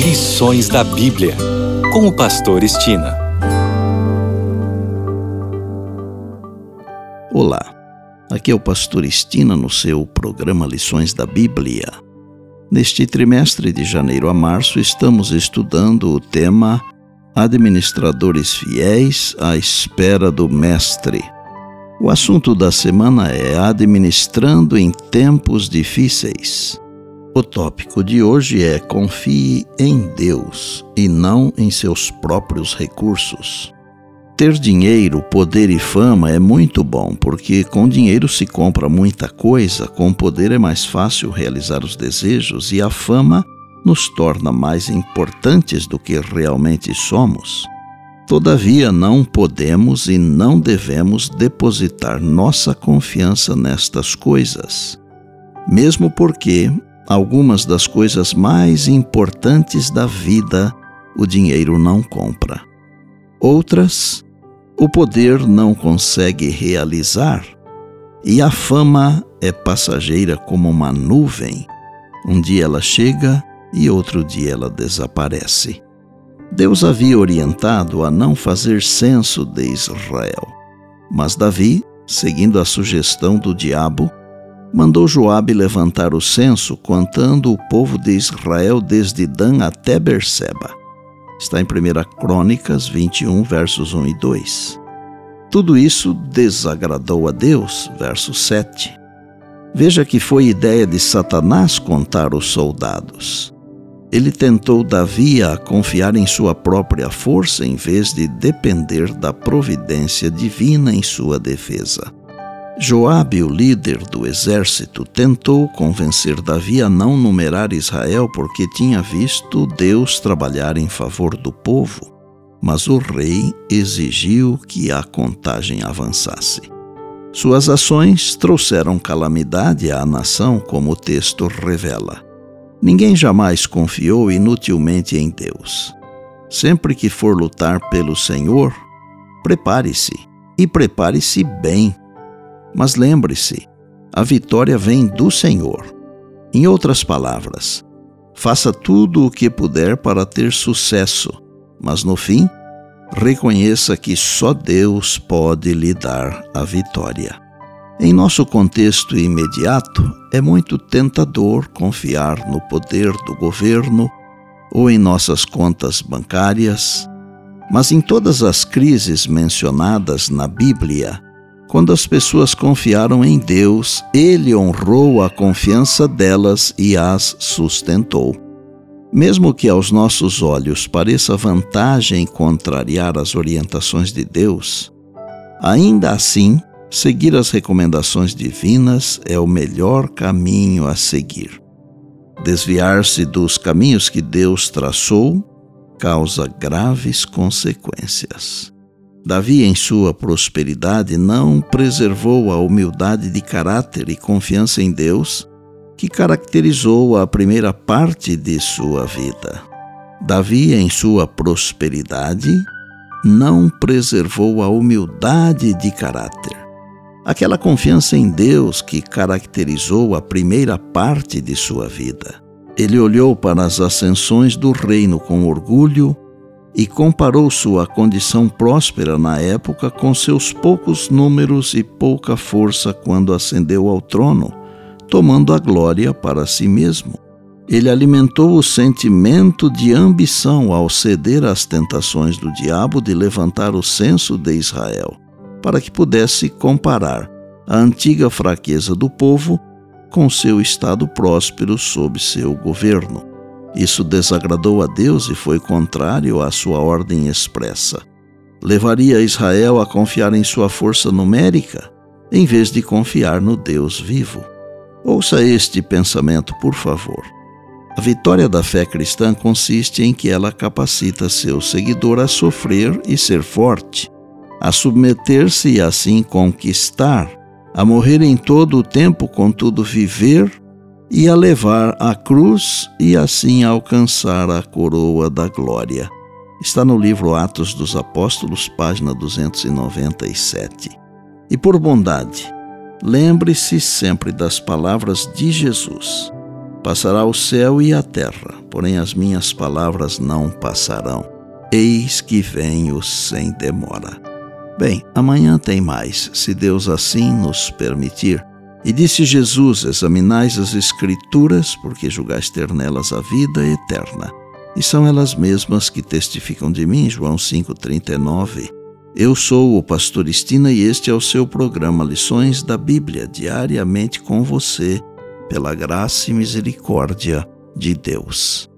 Lições da Bíblia, com o pastor Estina. Olá, aqui é o pastor Estina no seu programa Lições da Bíblia. Neste trimestre de janeiro a março estamos estudando o tema Administradores Fiéis à Espera do Mestre. O assunto da semana é Administrando em Tempos Difíceis. O tópico de hoje é confie em Deus e não em seus próprios recursos. Ter dinheiro, poder e fama é muito bom, porque com dinheiro se compra muita coisa, com poder é mais fácil realizar os desejos e a fama nos torna mais importantes do que realmente somos. Todavia, não podemos e não devemos depositar nossa confiança nestas coisas, mesmo porque algumas das coisas mais importantes da vida o dinheiro não compra. Outras, o poder não consegue realizar e a fama é passageira como uma nuvem. Um dia ela chega e outro dia ela desaparece. Deus havia orientado a não fazer censo de Israel, mas Davi, seguindo a sugestão do diabo, mandou Joabe levantar o censo, contando o povo de Israel desde Dan até Berseba. Está em 1 Crônicas 21, versos 1 e 2. Tudo isso desagradou a Deus, verso 7. Veja que foi ideia de Satanás contar os soldados. Ele tentou Davi a confiar em sua própria força em vez de depender da providência divina em sua defesa. Joabe, o líder do exército, tentou convencer Davi a não numerar Israel porque tinha visto Deus trabalhar em favor do povo, mas o rei exigiu que a contagem avançasse. Suas ações trouxeram calamidade à nação, como o texto revela. Ninguém jamais confiou inutilmente em Deus. Sempre que for lutar pelo Senhor, prepare-se, e prepare-se bem. Mas lembre-se, a vitória vem do Senhor. Em outras palavras, faça tudo o que puder para ter sucesso, mas no fim, reconheça que só Deus pode lhe dar a vitória. Em nosso contexto imediato, é muito tentador confiar no poder do governo ou em nossas contas bancárias, mas em todas as crises mencionadas na Bíblia, quando as pessoas confiaram em Deus, Ele honrou a confiança delas e as sustentou. Mesmo que aos nossos olhos pareça vantagem contrariar as orientações de Deus, ainda assim, seguir as recomendações divinas é o melhor caminho a seguir. Desviar-se dos caminhos que Deus traçou causa graves consequências. Davi, em sua prosperidade, não preservou a humildade de caráter e confiança em Deus que caracterizou a primeira parte de sua vida. Davi, em sua prosperidade, não preservou a humildade de caráter. Aquela confiança em Deus que caracterizou a primeira parte de sua vida. Ele olhou para as ascensões do reino com orgulho e comparou sua condição próspera na época com seus poucos números e pouca força quando ascendeu ao trono, tomando a glória para si mesmo. Ele alimentou o sentimento de ambição ao ceder às tentações do diabo de levantar o censo de Israel, para que pudesse comparar a antiga fraqueza do povo com seu estado próspero sob seu governo. Isso desagradou a Deus e foi contrário à sua ordem expressa. Levaria Israel a confiar em sua força numérica, em vez de confiar no Deus vivo. Ouça este pensamento, por favor. A vitória da fé cristã consiste em que ela capacita seu seguidor a sofrer e ser forte, a submeter-se e assim conquistar, a morrer em todo o tempo, contudo viver, e a levar a cruz e assim alcançar a coroa da glória. Está no livro Atos dos Apóstolos, página 297. E por bondade, lembre-se sempre das palavras de Jesus. Passará o céu e a terra, porém as minhas palavras não passarão. Eis que venho sem demora. Bem, amanhã tem mais, se Deus assim nos permitir. E disse Jesus: examinais as Escrituras, porque julgais ter nelas a vida eterna. E são elas mesmas que testificam de mim. João 5,39. Eu sou o pastor Estina e este é o seu programa Lições da Bíblia, diariamente com você, pela graça e misericórdia de Deus.